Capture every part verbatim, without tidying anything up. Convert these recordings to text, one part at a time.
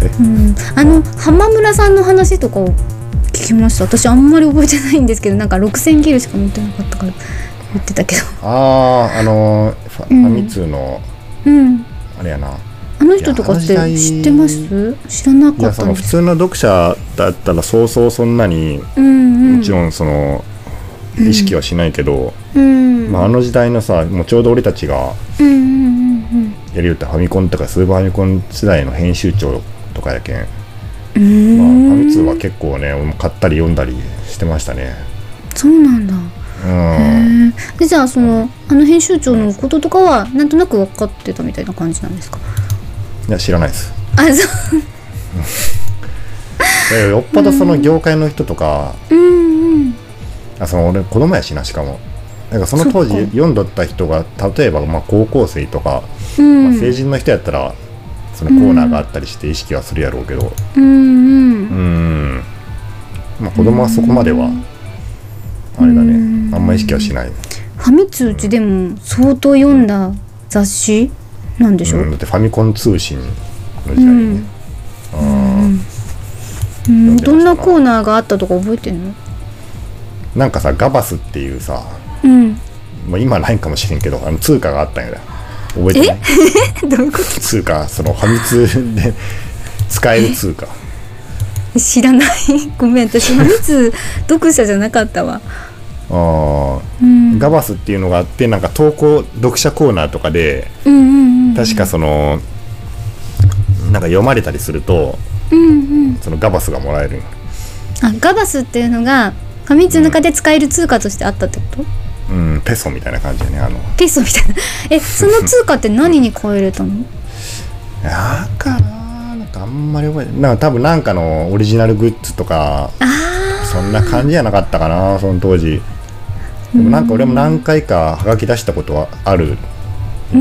うん、あの浜村さんの話とかを聞きました。私あんまり覚えてないんですけど、なんかろくせんキルしか持ってなかったから言ってたけど。 ああ、あのファ、うん、ファミ通の、 うん、 あれやな、 あの人とかって知ってます？知らなかったんです。いや、その普通の読者だったらそうそうそんなに、うんうん、もちろんその意識はしないけど、うんまあ、あの時代のさ、もうちょうど俺たちがやりよったファミコンとかスーパーファミコン世代の編集長とかやけん、うんまあ、ファミ通は結構ね、俺も買ったり読んだりしてましたね。 そうなんだ。うん、へでじゃあそのあの編集長のこととかはなんとなく分かってたみたいな感じなんですか？ いや知らないです。 あ、そうよっぽどその業界の人とか、うんうん、あその俺子供やしな、しかもなんかその当時読んどった人が例えばまあ高校生とか、うんまあ、成人の人やったらそのコーナーがあったりして意識はするやろうけど、うんうんうんまあ、子供はそこまではあれだね、あんま意識はしない。 ファミ通ってでも相当読んだ雑誌なんでしょう、うん、 だってファミコン通信の時代にね、 うんうん、どんなコーナーがあったとか覚えてんの？ なんかさガバスっていうさ、うん、もう今ないかもしれんけどあの通貨があったんやで覚えてない？ えどういうこと？ 通貨、そのファミ通で使える通貨知らないごめん、私ファミ通読者じゃなかったわ。 あ、うん、ガバスっていうのがあって、なんか投稿読者コーナーとかで、うんうんうん、確かそのなんか読まれたりすると、うんうん、そのガバスがもらえる。 あ、ガバスっていうのがファミ通の中で使える通貨としてあったってこと？ うん、ペソみたいな感じやね。あのペソみたいなえ、その通貨って何に変えれたの？ なんかな、なんかあんまり覚えてない。なんか多分なんかのオリジナルグッズとか、あそんな感じじゃなかったかな、その当時。でもなんか俺も何回かはがき出したことはある、うん、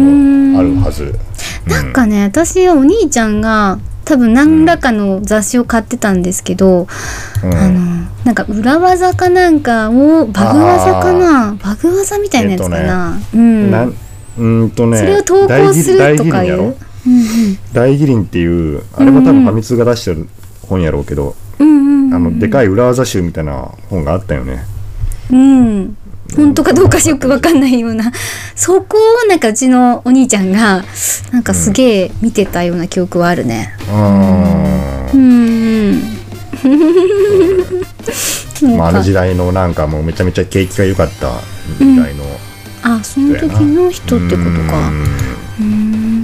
あるはず、 うん、なんかね、私はお兄ちゃんが多分何らかの雑誌を買ってたんですけど、うん、あのなんか裏技かなんかをバグ技かな、バグ技みたいなやつかな、えっとね、うん、なうんとね、それを投稿するとかいう、 大義林っていうあれも多分ファミ通が出してる本やろうけど、うんうんうん、あのでかい裏技集みたいな本があったよね。 うん、本当かどうかよく分かんないような、そこをなんかうちのお兄ちゃんがなんかすげえ見てたような記憶はあるね。うん、 うんまあ、あの時代のなんかもうめちゃめちゃ景気が良かった時代の、うん、 あ、その時の人ってことか。うん、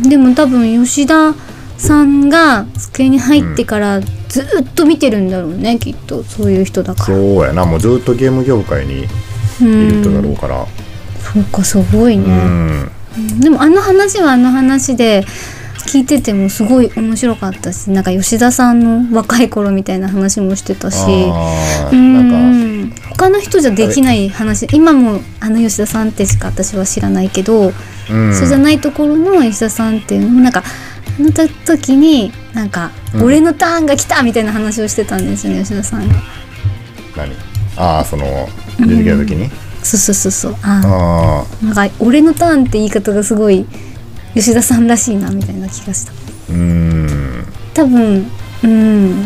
でも多分吉田さんが机に入ってからずっと見てるんだろうね、うん、きっとそういう人だから。 そうやな、もうずっとゲーム業界にいる人だろうから、うん、 そうか、すごいね、うんうん、でもあの話はあの話で聞いててもすごい面白かったし、なんか吉田さんの若い頃みたいな話もしてたし、あ、なんか他の人じゃできない話、今もあの吉田さんってしか私は知らないけど、うん、そうじゃないところの吉田さんっていうのもなんかあの時になんか、うん、俺のターンが来たみたいな話をしてたんですよね、吉田さんが。 何？ああ、その出てきた時に、うん、 そうそうそうそう、ああ、なんか俺のターンって言い方がすごい吉田さんらしいなみたいな気がした。うーん、多分、うん、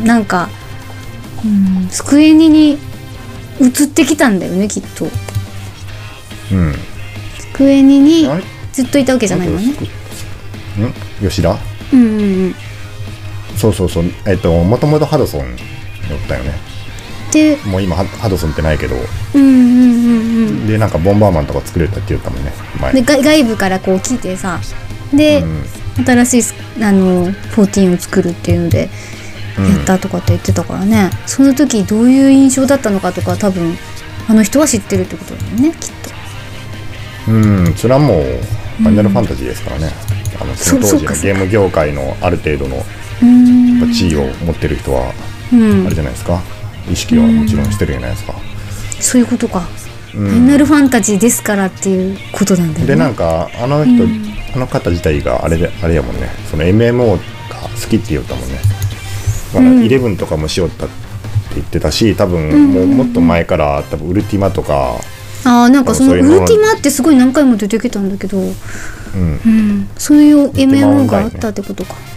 なんか、うん、机にに移ってきたんだよね、きっと。うん、机ににずっといたわけじゃないのね。ん？ 吉田？うんうんうん。そうそうそう、えっともともとハドソンだったよね。で、もう今ハドソンってないけど。うんうんうんうん。でなんかボンバーマンとか作れたって言ったもんね。前で外部からこう来てさ。で、うん、新しいあのじゅうよんを作るっていうのでやったとかって言ってたからね、うん、その時どういう印象だったのかとか多分あの人は知ってるってことだよね、きっと。うん、それはもうファイナルファンタジーですからね、うん、あのその当時のゲーム業界のある程度のやっぱ地位を持ってる人はあれじゃないですか、うん、意識はもちろんしてるじゃないですか、 うん、そういうことか、うん、ファイナルファンタジーですからっていうことなんだよね。 でなんかあの人、うん、あの方自体があれであれやもんね、その エムエムオー が好きって言ったもんね。だからイレブンとかもしよったって言ってたし、多分もうもっと前から多分ウルティマとか、 ああ、なんかそのウルティマってすごい何回も出てきたんだけど、うんうん、そういう エムエムオー があったってことか。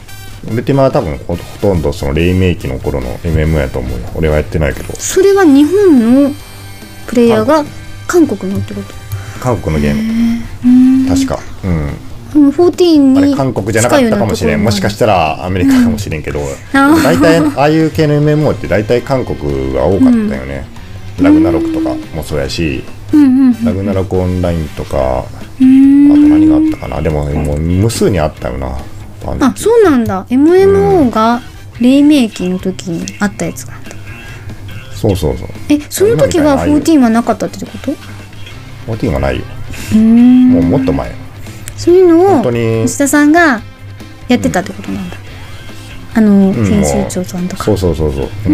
ウルティマは多分 ほ, ほとんどその黎明期の頃の エムエムオー やと思うよ。俺はやってないけど。 それは日本のプレイヤーが韓国のってこと？ 韓国のゲーム確か。うんじゅうよんにあれ韓国じゃなかったかもしれん。もしかしたらアメリカかもしれんけど、うん、大体ああいう系の エムエムオー って大体韓国が多かったよね、うん、ラグナロクとかもそうやし、うんうんうん、ラグナロクオンラインとか、うん、あと何があったかな。でももう無数にあったよな。 あ、そうなんだ。 エムエムオー が黎明期の時にあったやつなんだ、 うん、そうそうそう。 え、その時はじゅうよんはなかったってこと？じゅうよんはないよ。うーん、もうもっと前。 そういうのを吉田さんがやってたってことなんだ、うん、あの、うん、編集長さんとか。 そうそうそうそう、うん、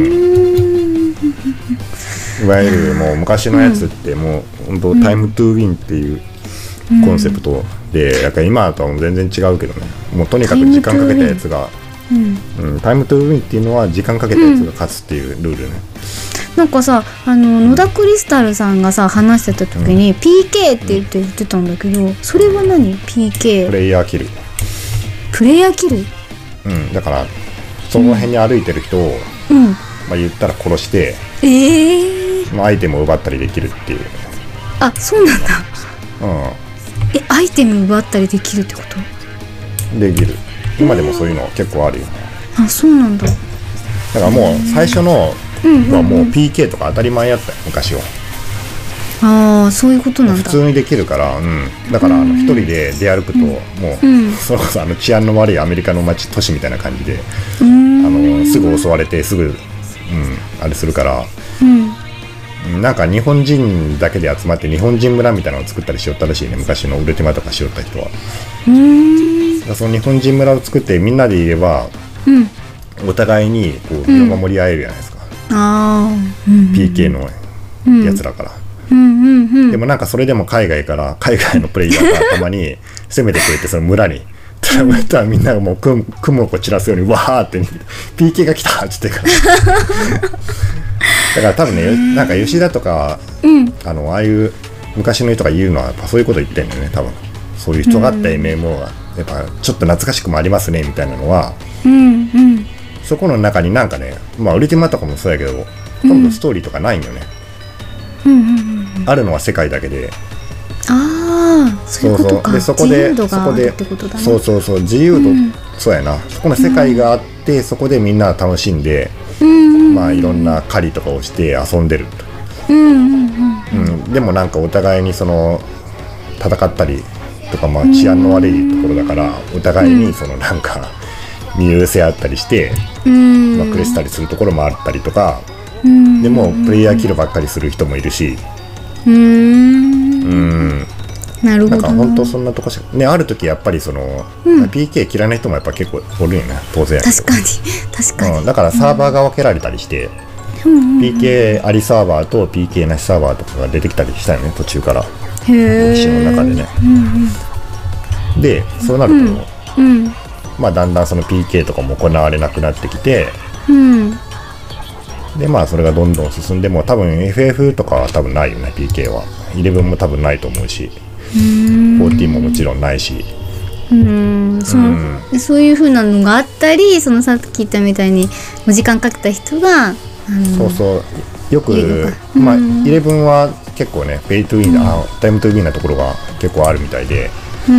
いわゆるもう昔のやつってもう本当タイムトゥーウィンっていうコンセプトで、やっぱり今とは全然違うけどね、もうとにかく時間かけたやつがタイムトゥーウィンっていうのは時間かけたやつが勝つっていうルールね、 うん、なんかさ、あの野田クリスタルさんがさ話してた時に ピーケー って言って言ってたんだけど、それは何？ ピーケープレイヤーキル。 プレイヤーキル？ うん、だからその辺に歩いてる人を、うん、まあ、言ったら殺して、えー、まあ、アイテムを奪ったりできるっていう。 あ、そうなんだ。 うん、 え、アイテム奪ったりできるってこと？ できる。今でもそういうの結構あるよね。 あ、そうなんだ。だからもう最初のはもう ピーケー とか当たり前やったよ、昔は。 ああ、そういうことなんだ。 普通にできるから、うん、だからあの一人で出歩くと、もう、うん、それこそあの治安の悪いアメリカの街都市みたいな感じで、あのすぐ襲われてすぐ、うん、あれするから、うん、なんか日本人だけで集まって日本人村みたいなのを作ったりしよったらしいね、昔のウルティマとかしよった人は。うーん、その日本人村を作ってみんなでいれば、うん、お互いにこう身を守り合えるじゃないですか、うん、あー、うん、ピーケー のやつだから、うんうんうん、でもなんかそれでも海外から海外のプレイヤーがたまに攻めてくれて、その村にたらたらみんながもう雲をこう散らすようにわーって ピーケー が来たって言ってからだから多分ね、なんか吉田とか、うん、あのああいう昔の人が言うのはやっぱそういうこと言ってんだよね、多分。そういう人があった エムエムオー がやっぱちょっと懐かしくもありますねみたいなのは、うんうん、そこの中になんかね、まあウルティマとかもそうやけどほとんどストーリーとかないんよね、うんうんうん、あるのは世界だけで。 ああ、そういうことか。 そうそう、でそこでそこでそうそうそう、自由度、うん、そうやな、そこの世界があって、うん、そこでみんな楽しんで、うん、まあいろんな狩りとかをして遊んでると、うんうんうんうん、でもなんかお互いにその戦ったりとか、まあ治安の悪いところだから、お互いにそのなんか身を寄せ合ったりして、うん、まあ、クレしたりするところもあったりとか、うん、でもプレイヤーキルばっかりする人もいるし、うーん、うん、なるほど。なんか本当そんなとこしかね、ある時やっぱりその、うん、ピーケー 嫌いな人もやっぱ結構おるよね、当然やけど。 確かに確かに、 うん、だからサーバーが分けられたりして、うん、ピーケー ありサーバーと ピーケー なしサーバーとかが出てきたりしたよね、途中から。へー、歴史の中でね、うんうん、でそうなると、うん、まあだんだんその ピーケー とかも行われなくなってきて、うん、でまあそれがどんどん進んでも多分 エフエフ とかは多分ないよね、 ピーケー は。じゅういちも多分ないと思うし、うーん、じゅうよんももちろんないし、 うーん、そう、うん、そういう風なのがあったり、そのさっき言ったみたいにお時間かけた人が、あのそうそうよく、まあじゅういちは結構ねペイトゥーウィン、うん、あタイムトゥーウィンなところが結構あるみたいで、うん、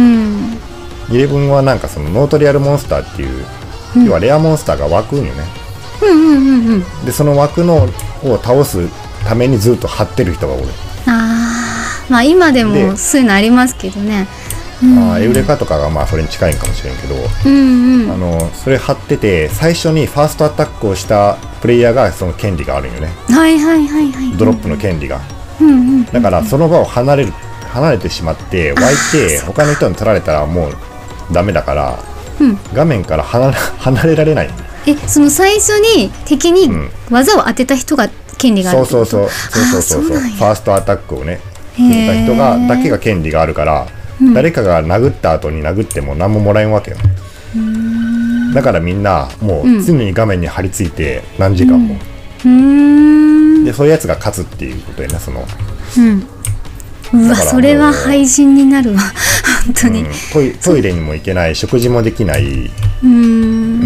じゅういちはなんかそのノートリアルモンスターっていう、うん、要はレアモンスターが湧くんよね、うんうんうんうん、でその湧くのを倒すためにずっと張ってる人がおる。 あまあ今でもそういうのありますけどね、 うん、あエウレカとかがまあそれに近いんかもしれんけど、うんうん、あのそれ張ってて最初にファーストアタックをしたプレイヤーがその権利があるんよね、はいはいはいはい、ドロップの権利が、うんうんうんうん、だからその場を離れる離れてしまって湧いて他の人に取られたらもうダメだから、うん、画面から離 れ, 離れられない。 え、その最初に敵に技を当てた人が権利があるってこと？ そうそうそうそうそうそう、ファーストアタックをね決めた人がだけが権利があるから、うん、誰かが殴った後に殴っても何ももらえんわけよ。うーん、だからみんなもう常に画面に張り付いて何時間も、うん、うーんでそういうやつが勝つっていうことやな、その、 うん、うわそれは配信になるわ本当に、うん、 トイ、トイレにも行けない、食事もできない、うーん、う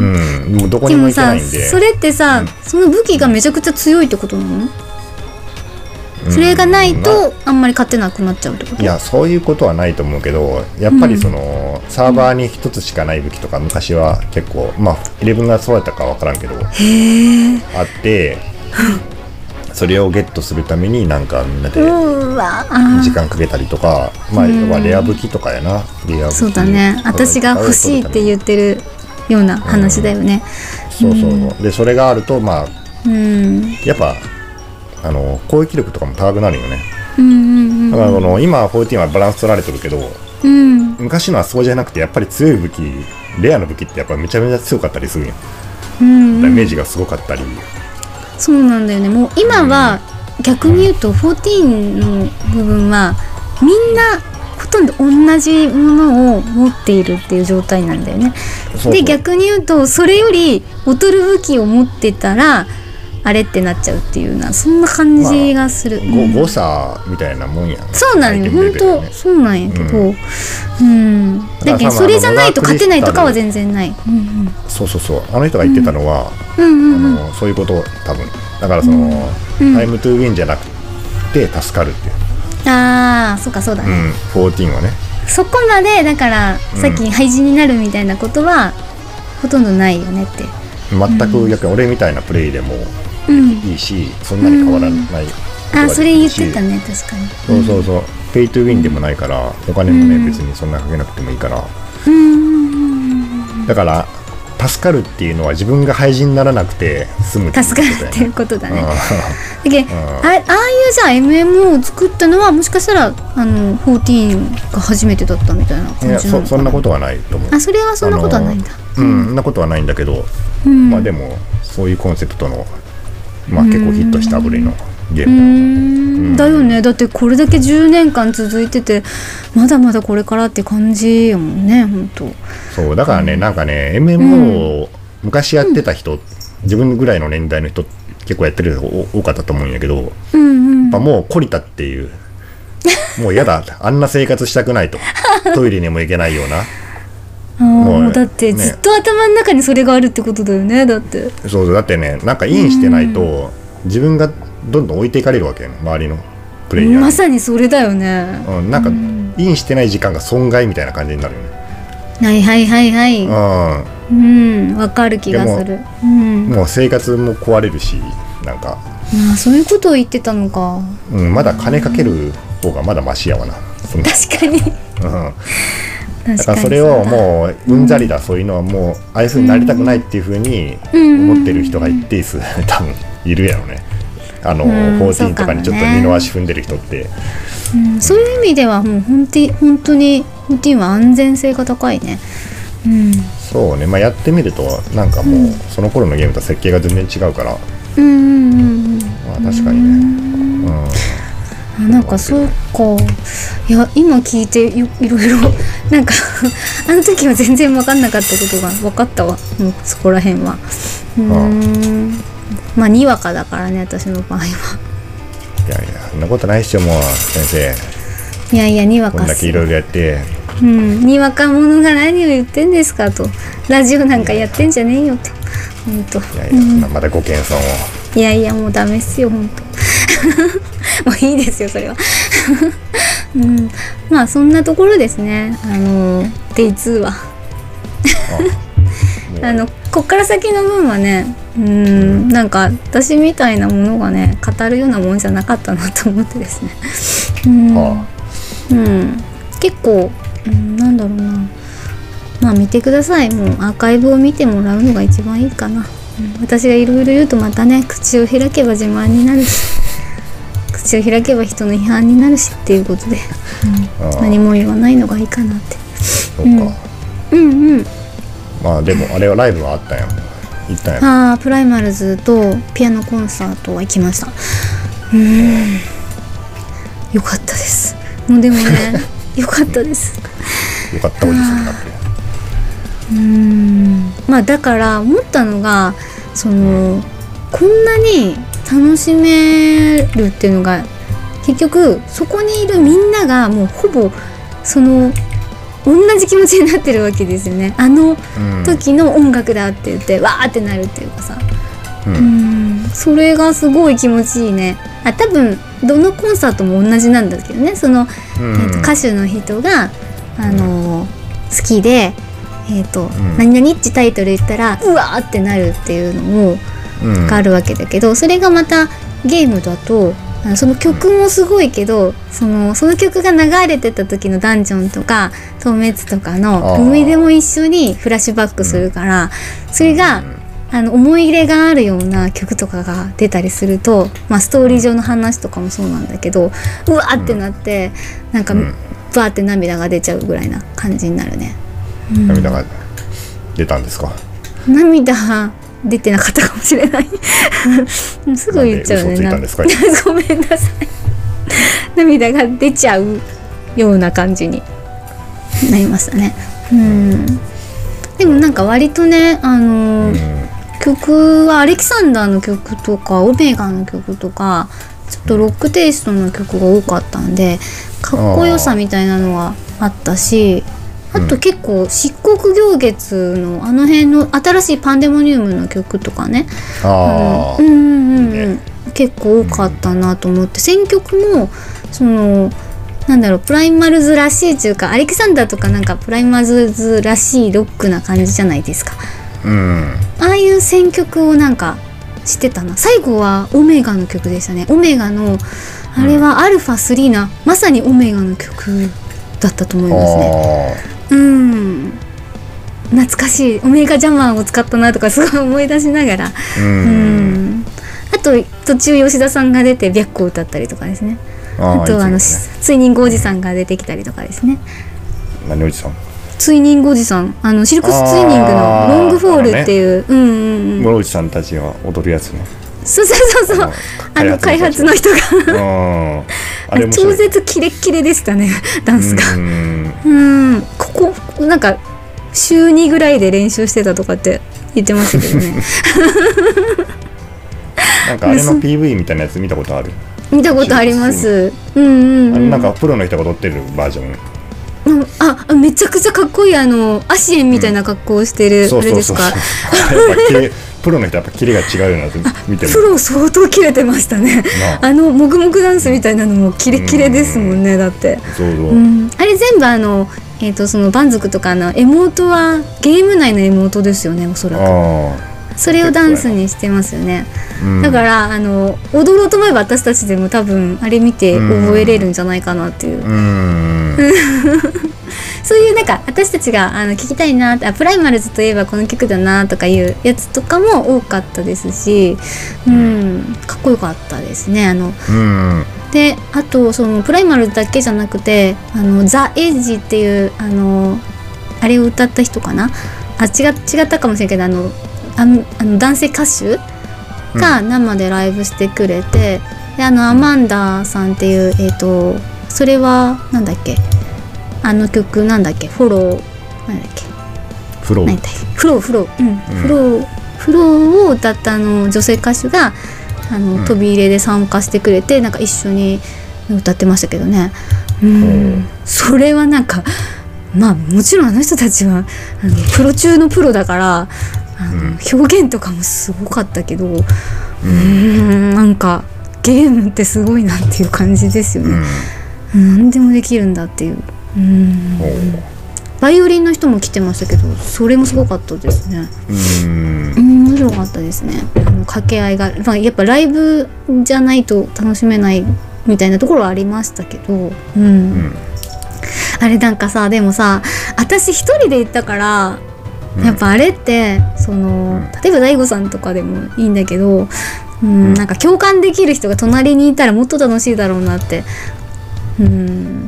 うん、もうどこにでもも行けなさいんで。 それってさ、うん、その武器がめちゃくちゃ強いってことなの？それがないとあんまり勝てなくなっちゃうってこと？ いやそういうことはないと思うけど、やっぱりその、うん、サーバーに一つしかない武器とか昔は結構、まあじゅういちがそうやったか分からんけどあってそれをゲットするためになんかみんなで時間かけたりとか、まあ要はレア武器とかやな、レア武器。 そうだね、私が欲しいって言ってるような話だよね、 うん、そうそう、うん、でそれがあるとまあ、うん、やっぱあの攻撃力とかも高くなるよね、うんうんうん、だからこの今じゅうよんはバランス取られてるけど、うん、昔のはそうじゃなくてやっぱり強い武器、レアの武器ってやっぱめちゃめちゃ強かったりするんよ、うんうん、ダメージがすごかったり。 そうなんだよね。もう今は逆に言うとじゅうよんの部分はみんなほとんど同じものを持っているっていう状態なんだよね。そうそう。で逆に言うとそれより劣る武器を持ってたらあれってなっちゃうっていうな、そんな感じがする、 まあ、誤差みたいなもんや、ね、 そうなんよ、本当そうなんやけど、うん、うん、だけどそれじゃないと勝てないとかは全然ない、うんうん、そうそうそう、あの人が言ってたのは、うんうんうん、あのそういうこと多分だからその、うん、タイムトゥーウィンじゃなくて助かるっていう、 ああそうかそうだね、 うん、じゅうよんはねそこまでだからさっき廃人になるみたいなことはほとんどないよねって、 全く逆に俺みたいなプレイでもいいし、うん、そんなに変わらない、うん、 あそれ言ってたね、確かに。 そうそうそう、ペイトゥーウィンでもないから、お金もね、うん、別にそんなかけなくてもいいから、うん、だから助かるっていうのは自分が廃人にならなくて済むってことだよね。助かるっていうことだね。だけど、あ, ああいうじゃあ エムエムオー を作ったのはもしかしたらあのじゅうよんが初めてだったみたいな感じなのかな。いや そ, そんなことはないと思う。あ、それはそんなことはないんだ。うん、そんなことはないんだけど、うん、まあでもそういうコンセプトのまあ結構ヒットした部類のゲームだ、うん、 だよね。だってこれだけじゅうねんかん続いててまだまだこれからって感じやもんね、本当。 そうだからね、うん、なんかね エムエムオー を昔やってた人、うん、自分ぐらいの年代の人結構やってる人多かったと思うんやけど、うんうん、やっぱもう懲りたっていうもうやだあんな生活したくないとトイレにも行けないようなもうだってずっと頭の中にそれがあるってことだよね。だってそうだってね、なんかインしてないと自分がどんどん置いていかれるわけよね、周りのプレイヤーに。 まさにそれだよね、 うん、なんかインしてない時間が損害みたいな感じになるよね。 はいはいはいはい、うん、わ、うん、かる気がする。 うん、もう生活も壊れるし、なんかあそういうことを言ってたのか、 うん、まだ金かける方がまだマシやわな。 確かに、うんだからそれをもううんざりだ、うん、そういうのはもうああいう風になりたくないっていう風に思ってる人が一定数多分いるやろね。あの、うん、じゅうよんとかにちょっと二の足踏んでる人って、 うん、そういう意味ではもう本当に本当にじゅうよんは安全性が高いね、うん、 そうね、まあ、やってみるとなんかもうその頃のゲームと設計が全然違うから、 うんうんうん、 まあ確かにね、うんなんかそうか、いや今聞いて い, いろいろなんかあの時は全然分かんなかったことが分かったわ、もうそこら辺は。うーん、まあにわかだからね、私の場合は。いやいやそんなことないっしょもう先生。 いやいやにわかっす。 こんだけいろいろやって、 うん、にわか者が何を言ってんですかと、ラジオなんかやってんじゃねえよと、本当。 いやいや、うん、そんなまだご謙遜を。 いやいやもうダメっすよ本当。もういいですよそれは、うん、まあそんなところですね、あのデイツーはあのこっから先の分はね、うん、うん、なんか私みたいなものがね語るようなもんじゃなかったなと思ってですね、うん、はあ、うん、結構、うん、なんだろうな、まあ見てください、もうアーカイブを見てもらうのが一番いいかな、うん、私がいろいろ言うとまたね口を開けば自慢になるし口を開けば人の批判になるしっていうことで、うん、何も言わないのがいいかなって。 そうか、 うん、うんうん。まあでもあれはライブはあったんやん。行ったんやん。 ああプライマルズとピアノコンサートは行きました。うん。よかったです。もうでもねよかったです。 よかったおじさんになって。 うん。まあだから思ったのがそのこんなに楽しめるっていうのが結局そこにいるみんながもうほぼその同じ気持ちになってるわけですよね。あの時の音楽だって言ってわーってなるっていうかさ、うん、うんそれがすごい気持ちいいね。あ多分どのコンサートも同じなんだけどね、その、うん、えー、と歌手の人が、あのー、好きで、えーとうん、何々ってタイトル言ったらうわーってなるっていうのも、うん、があるわけだけど、それがまたゲームだとその曲もすごいけど、その、その曲が流れてた時のダンジョンとか透滅とかの思い出も一緒にフラッシュバックするから、それがあの思い入れがあるような曲とかが出たりすると、まあ、ストーリー上の話とかもそうなんだけど、うわーってなってなんかバーって涙が出ちゃうぐらいな感じになるね、うん、 涙が出たんですか？ 涙出てなかったかもしれないすぐ言っちゃうね。 なんで嘘ついたんですか？ ごめんなさい涙が出ちゃうような感じになりましたね。うんでもなんか割とね、あのー、曲はアレキサンダーの曲とかオメガの曲とかちょっとロックテイストの曲が多かったんで、かっこよさみたいなのがあったし、あと結構漆黒行月のあの辺の新しいパンデモニウムの曲とかね、あ、うん、うんうんうん、ね、結構多かったなと思って、選曲もそのなんだろうプライマルズらしいというか、アレキサンダーとかなんかプライマルズらしいロックな感じじゃないですか、うん、ああいう選曲をなんかしてたな。最後はオメガの曲でしたね。オメガのあれはアルファスリーな、まさにオメガの曲だったと思いますね。うん、懐かしい。オメガジャマーを使ったなとかすごい思い出しながら、うん、うん、あと途中吉田さんが出て白虎を歌ったりとかですね。あ, あとあの、ね、ツイニングおじさんが出てきたりとかですね。 何おじさん？ ツイニングおじさん、あのシルクスツイニングのロングフォールっていう、ね、うんうんうん、 諸内さんたちが踊るやつね。 そうそうそうそう、あの開発の人があれ超絶キレッキレでしたねダンスが。うん、うんここなんか週にぐらいで練習してたとかって言ってましたけどねなんかあれの ピーブイ みたいなやつ見たことある？ 見たことあります。うんうん、うん、 あれなんかプロの人が踊ってるバージョン。 ああめちゃくちゃかっこいい、あのアシエンみたいな格好をしてる、うん、あれですか？ プロの人やっぱキレが違うような見ても。 プロ相当キレてましたね。あのもぐもぐダンスみたいなのもキレキレですもんね、うん、だって。そうそう、うん、あれ全部あのえっ、ー、とそのバンズクとかのエモートはゲーム内のエモートですよね、おそらく。それをダンスにしてますよね、うん、だからあの踊ろうと思えば私たちでも多分あれ見て覚えれるんじゃないかなっていう、うん、そういうなんか私たちがあの聞きたいなって、あプライマルズといえばこの曲だなとかいうやつとかも多かったですし、うん、かっこよかったですね。あの、うん、であとそのプライマルズだけじゃなくてあのザ・エッジっていうあのあれを歌った人かな、あ違, 違ったかもしれないけどあのあのあの男性歌手が生でライブしてくれて、うん、であのアマンダさんっていう、えーとそれはなんだっけ、あの曲なんだっけ、フォローなんだっけ、 フローフローフロー、うんうん、フローフローを歌ったあの女性歌手があの、うん、飛び入れで参加してくれてなんか一緒に歌ってましたけどね、うん、それはなんかまあもちろんあの人たちはあのプロ中のプロだからあの、うん、表現とかもすごかったけど、うん、うーんなんかゲームってすごいなっていう感じですよね、うん、何でもできるんだっていう、うん、バイオリンの人も来てましたけどそれもすごかったですね。うん、面白かったですね。あの掛け合いが、まあ、やっぱライブじゃないと楽しめないみたいなところはありましたけど、うんうん、あれなんかさでもさ私一人で行ったからやっぱあれってその例えば大悟さんとかでもいいんだけど、うん、なんか共感できる人が隣にいたらもっと楽しいだろうなって、うん、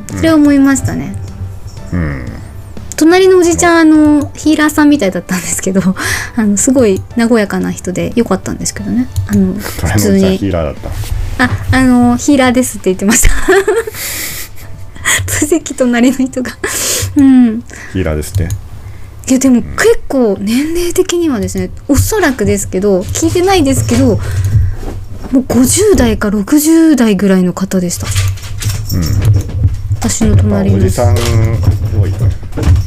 それは思いましたね、うん、隣のおじちゃんあのヒーラーさんみたいだったんですけどあのすごい和やかな人でよかったんですけどね。あの普通にヒーラーだった。 あ、あのヒーラーですって言ってました席隣の人が、うん、 ヒーラーですね。 いやでも結構年齢的にはですね、おそらくですけど聞いてないですけどもうごじゅう代かろくじゅう代ぐらいの方でした、うん、私の隣のおじさん多いね。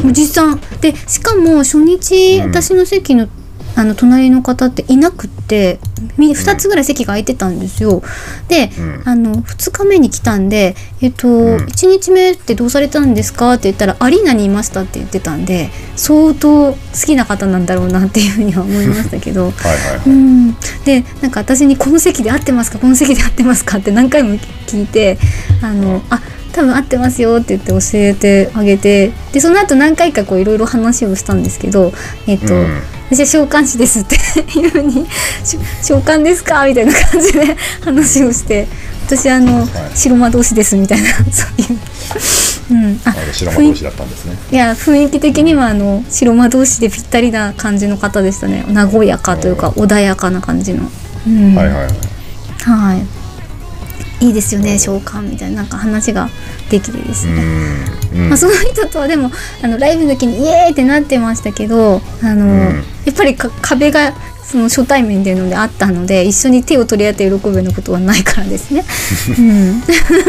おじさんで、しかも初日、うん、私の席のあの隣の方っていなくってふたつぐらい席が空いてたんですよ。で、うん、あのふつかめに来たんで、えっとうん、いちにちめってどうされたんですかって言ったらアリーナにいましたって言ってたんで、相当好きな方なんだろうなっていうふうには思いましたけどはいはい、はい、うんでなんか私にこの席で合ってますかこの席で合ってますかって何回も聞いて、あのあ多分合ってますよって言って教えてあげて、でその後何回かこういろいろ話をしたんですけど、えっと、うん、私は召喚師ですっていうふうに召喚ですかみたいな感じで話をして、私あの、はい、白魔導士ですみたいなそういう、うん、あ白魔導士だったんですね。 いや雰囲気的にはあの白魔導士でぴったりな感じの方でしたね。和やかというか穏やかな感じの、うん、はいはいはい、はいいいですよね召喚みたいななんか話ができてですね、うんうんまあ、その人とはでもあのライブの時にイエーイってなってましたけど、あの、うん、やっぱりか壁がその初対面でのであったので一緒に手を取り合って喜ぶようなことはないからですねうん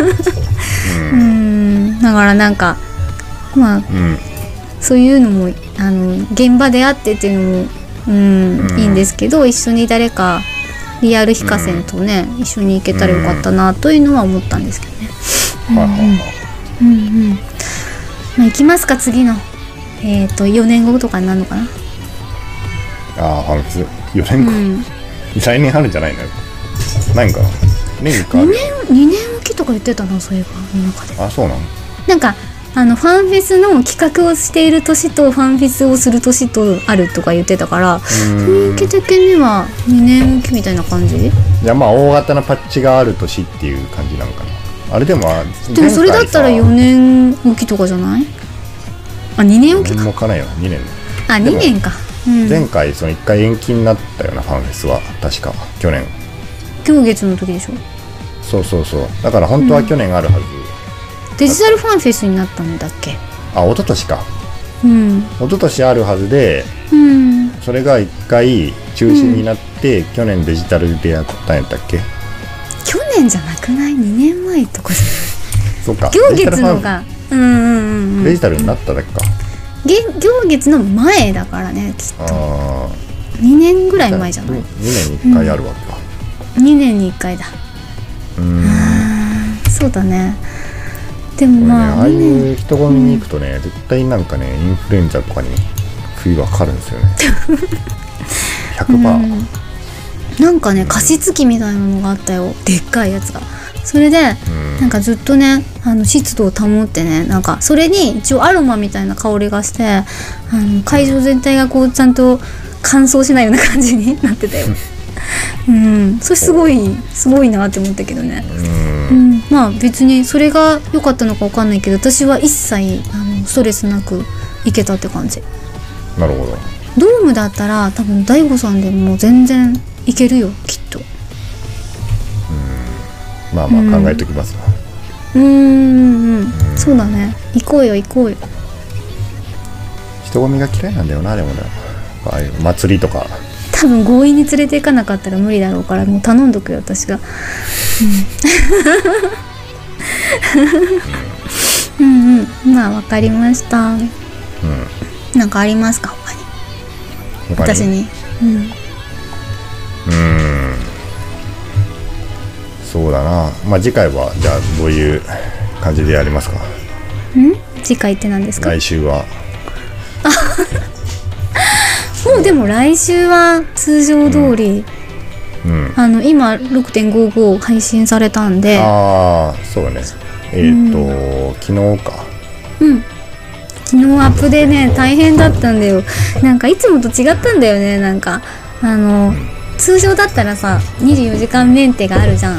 うんだからなんかまあ、うん、そういうのもあの現場であってっていうのも、うんうん、いいんですけど、一緒に誰かリアル非化線とね、うん、一緒に行けたらよかったなというのは思ったんですけどね。うんうんうんうん、まあ、行きますか次の、えー、とよねんごとかになるのかな。 ああ、ファンフェスよねんご、うん、来年あるんじゃないのよ。ないんかな。年にかある。 にねんおきとか言ってたなそういえばの中で。 あ、そうなの。 なんかあのファンフェスの企画をしている年とファンフェスをする年とあるとか言ってたから、雰囲気的にはにねんおきみたいな感じ。 いやまあ大型なパッチがある年っていう感じなのかな。あれでもでもそれだったらよねんおきとかじゃない？あにねんおきか。 よねんもかないよなにねん。 あにねんか。 うん、前回そのいっかい延期になったようなファンフェスは確か去年。 行月の時でしょ。 そうそうそう。だから本当は去年あるはず。 うん、デジタルファンフェスになったんだっけ。 あ、一昨年か。 うん。 一昨年あるはずで、 うん、 それがいっかい中止になって、うん、去年デジタルでやったんやったっけ。 去年じゃなくない？にねんまえとかじゃない。 そうか。 行月のが、うんうんうんうん、 デジタルになっただけか。 行月の前だからねきっと。あにねんぐらい前じゃない？にねんにいっかいあるわけか。 うん、にねんにいっかいだ。 うーん。 そうだね。でもまあ、 ね、ああいう人混みに行くとね、うん、絶対なんかねインフルエンザとかに冬はかかるんですよねひゃくパーセント、 うん、なんかね加湿器みたいなのがあったよ、でっかいやつが。それで、うん、なんかずっとねあの湿度を保ってね、なんかそれに一応アロマみたいな香りがしてあの会場全体がこうちゃんと乾燥しないような感じになってたようん、それすごいすごいなって思ったけどね、うん、うん、まあ別にそれが良かったのか分かんないけど私は一切あのストレスなく行けたって感じ。 なるほど。 ドームだったら多分大悟さんでも全然行けるよきっと。 うん、まあまあ考えときますわ。 うん、うんうんうん、そうだね、行こうよ行こうよ。 人混みが嫌いなんだよな。でもねああいう祭りとか多分強引に連れて行かなかったら無理だろうからもう頼んどくよ私が、うん、うんうんまあ分かりました、うん、なんかありますか他に。他に私にうん、 うんそうだな。まあ次回はじゃあどういう感じでやりますか。 ん次回って何ですか。 来週はもうでも来週は通常通り、うんうん、あの今 ろくてんごじゅうご 配信されたんで。 ああそうね。えっ、ー、と、うん、昨日か。 うん昨日アップでね大変だったんだよ。なんかいつもと違ったんだよね。なんかあの、うん、通常だったらさにじゅうよじかんメンテがあるじゃん、うん、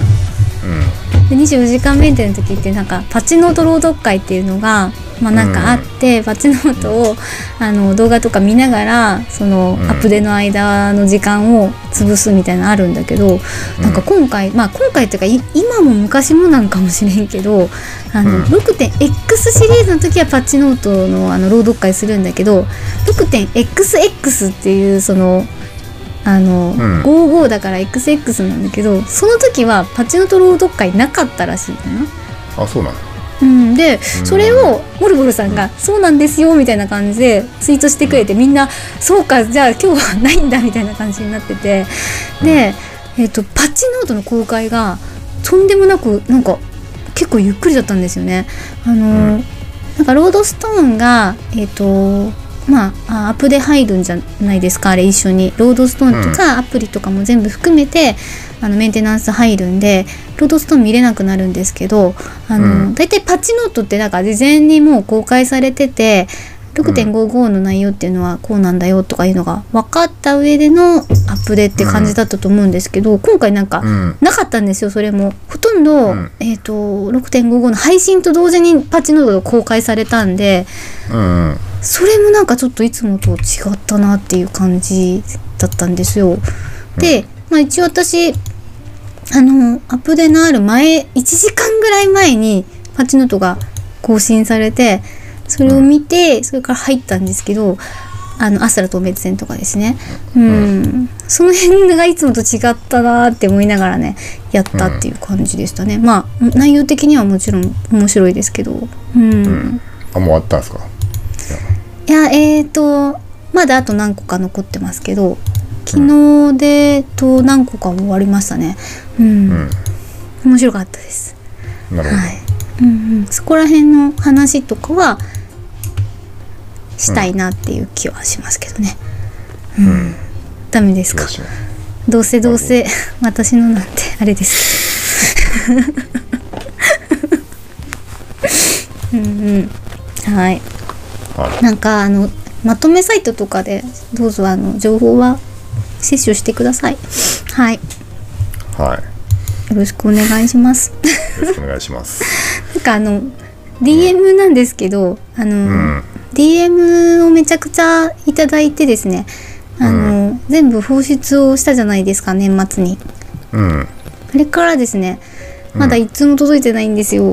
でにじゅうよじかんメンテの時ってなんかパチノート朗読会っていうのがまあなんかあって、うん、パチノートをあの動画とか見ながらそのアップデの間の時間を潰すみたいなのあるんだけど、うん、なんか今回まあ今回っていうか今も昔もなんかもしれんけどあの、うん、ろくてんエックス シリーズの時はパチノートのあの朗読会するんだけど ろくてんエックスエックス っていうそのあの、うん、ごじゅうごだから エックスエックス なんだけどその時はパチノート朗読会なかったらしいんだな。 あそうなの。 うん、でそれをモルボルさんが「そうなんですよ」みたいな感じでツイートしてくれて、みんな「そうかじゃあ今日はないんだ」みたいな感じになってて、で、えーと、パッチノートの公開がとんでもなくなんか結構ゆっくりだったんですよね。あのー、なんかロードストーンがえっとまあ、アップで入るんじゃないですか、あれ一緒にロードストーンとかアプリとかも全部含めて、うん、あのメンテナンス入るんでロードストーン見れなくなるんですけど、あの、うん、だいたいパッチノートってなんか事前にもう公開されてて ろくてんごじゅうご の内容っていうのはこうなんだよとかいうのが分かった上でのアップデって感じだったと思うんですけど、うん、今回なんかなかったんですよ。それもほとんど、うん、えーと ろくてんごじゅうご の配信と同時にパッチノートが公開されたんで、うんそれもなんかちょっといつもと違ったなっていう感じだったんですよ。で、まあ、一応私あのアップデのある前いちじかんぐらい前にパッチノートが更新されて、それを見てそれから入ったんですけど、あのアストラ透滅戦とかですね、うん、その辺がいつもと違ったなって思いながらねやったっていう感じでしたね。まあ内容的にはもちろん面白いですけど、うん、うん、 あもう終わったんですか？ いやえーとまだあと何個か残ってますけど、昨日でと何個かも終わりましたね。うん、うん、面白かったです。 なるほど、はい、 うんうん、そこら辺の話とかはしたいなっていう気はしますけどね。うん、うん、ダメですか？どうせどうせ私のなんてあれですけどうんうんはいなんかあのまとめサイトとかでどうぞあの情報は摂取してください。はい、 はい、 よろしくお願いしますよろしくお願いしますなんかあの ディーエム なんですけど、あの、うん、ディーエム をめちゃくちゃいただいてですね、あの、うん、全部放出をしたじゃないですか年末に、うん、あれからですねまだ一通も届いてないんですよ、うん、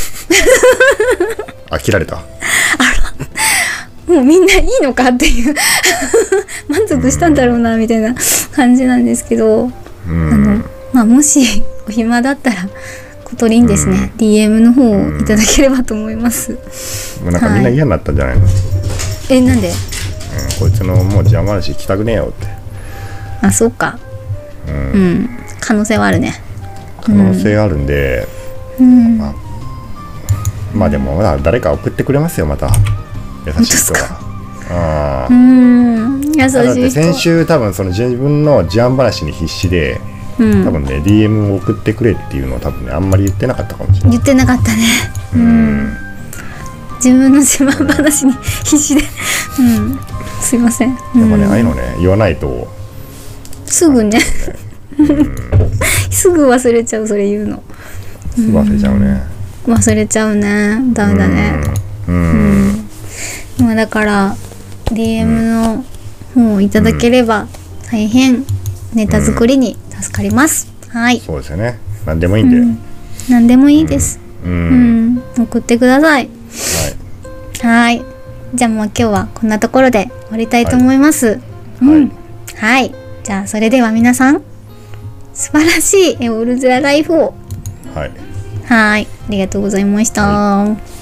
飽きられた？ もうみんないいのかっていう満足したんだろうなみたいな感じなんですけど、うん、あのまあ、もしお暇だったらコトリンですね、うん、ディーエム の方をいただければと思います、 うん、なんかみんな嫌になったんじゃないの？はい、 えなんで、うん、 こいつのもう邪魔話聞きたくねえよって。 あそうか、うん、うん、可能性はあるね。 可能性あるんで、うんまあ、まあでも誰か送ってくれますよまた優しい人が。あうん優しい人。だって先週多分その自分の事案話に必死で、うん、多分ね ディーエム を送ってくれっていうのを多分ねあんまり言ってなかったかもしれない。 言ってなかったね。うん、うん、自分の自慢話に必死で、うん、すいません。やっぱね、うん、ああいうのね言わないとすぐね、うん、すぐ忘れちゃうそれ言うの。 すぐ忘れちゃうね。 うん、忘れちゃうね。ダメだね。うん。うんまあ、だから ディーエム の方をいただければ大変ネタ作りに助かります、うん、はいそうですよね。何でもいいんで、うん、 何でもいいです、うんうんうん、送ってください。はい、はいじゃあもう今日はこんなところで終わりたいと思います。はい、うん、はい、じゃあそれでは皆さん素晴らしいエオルゼラライフを。 はい、 はいありがとうございました。はい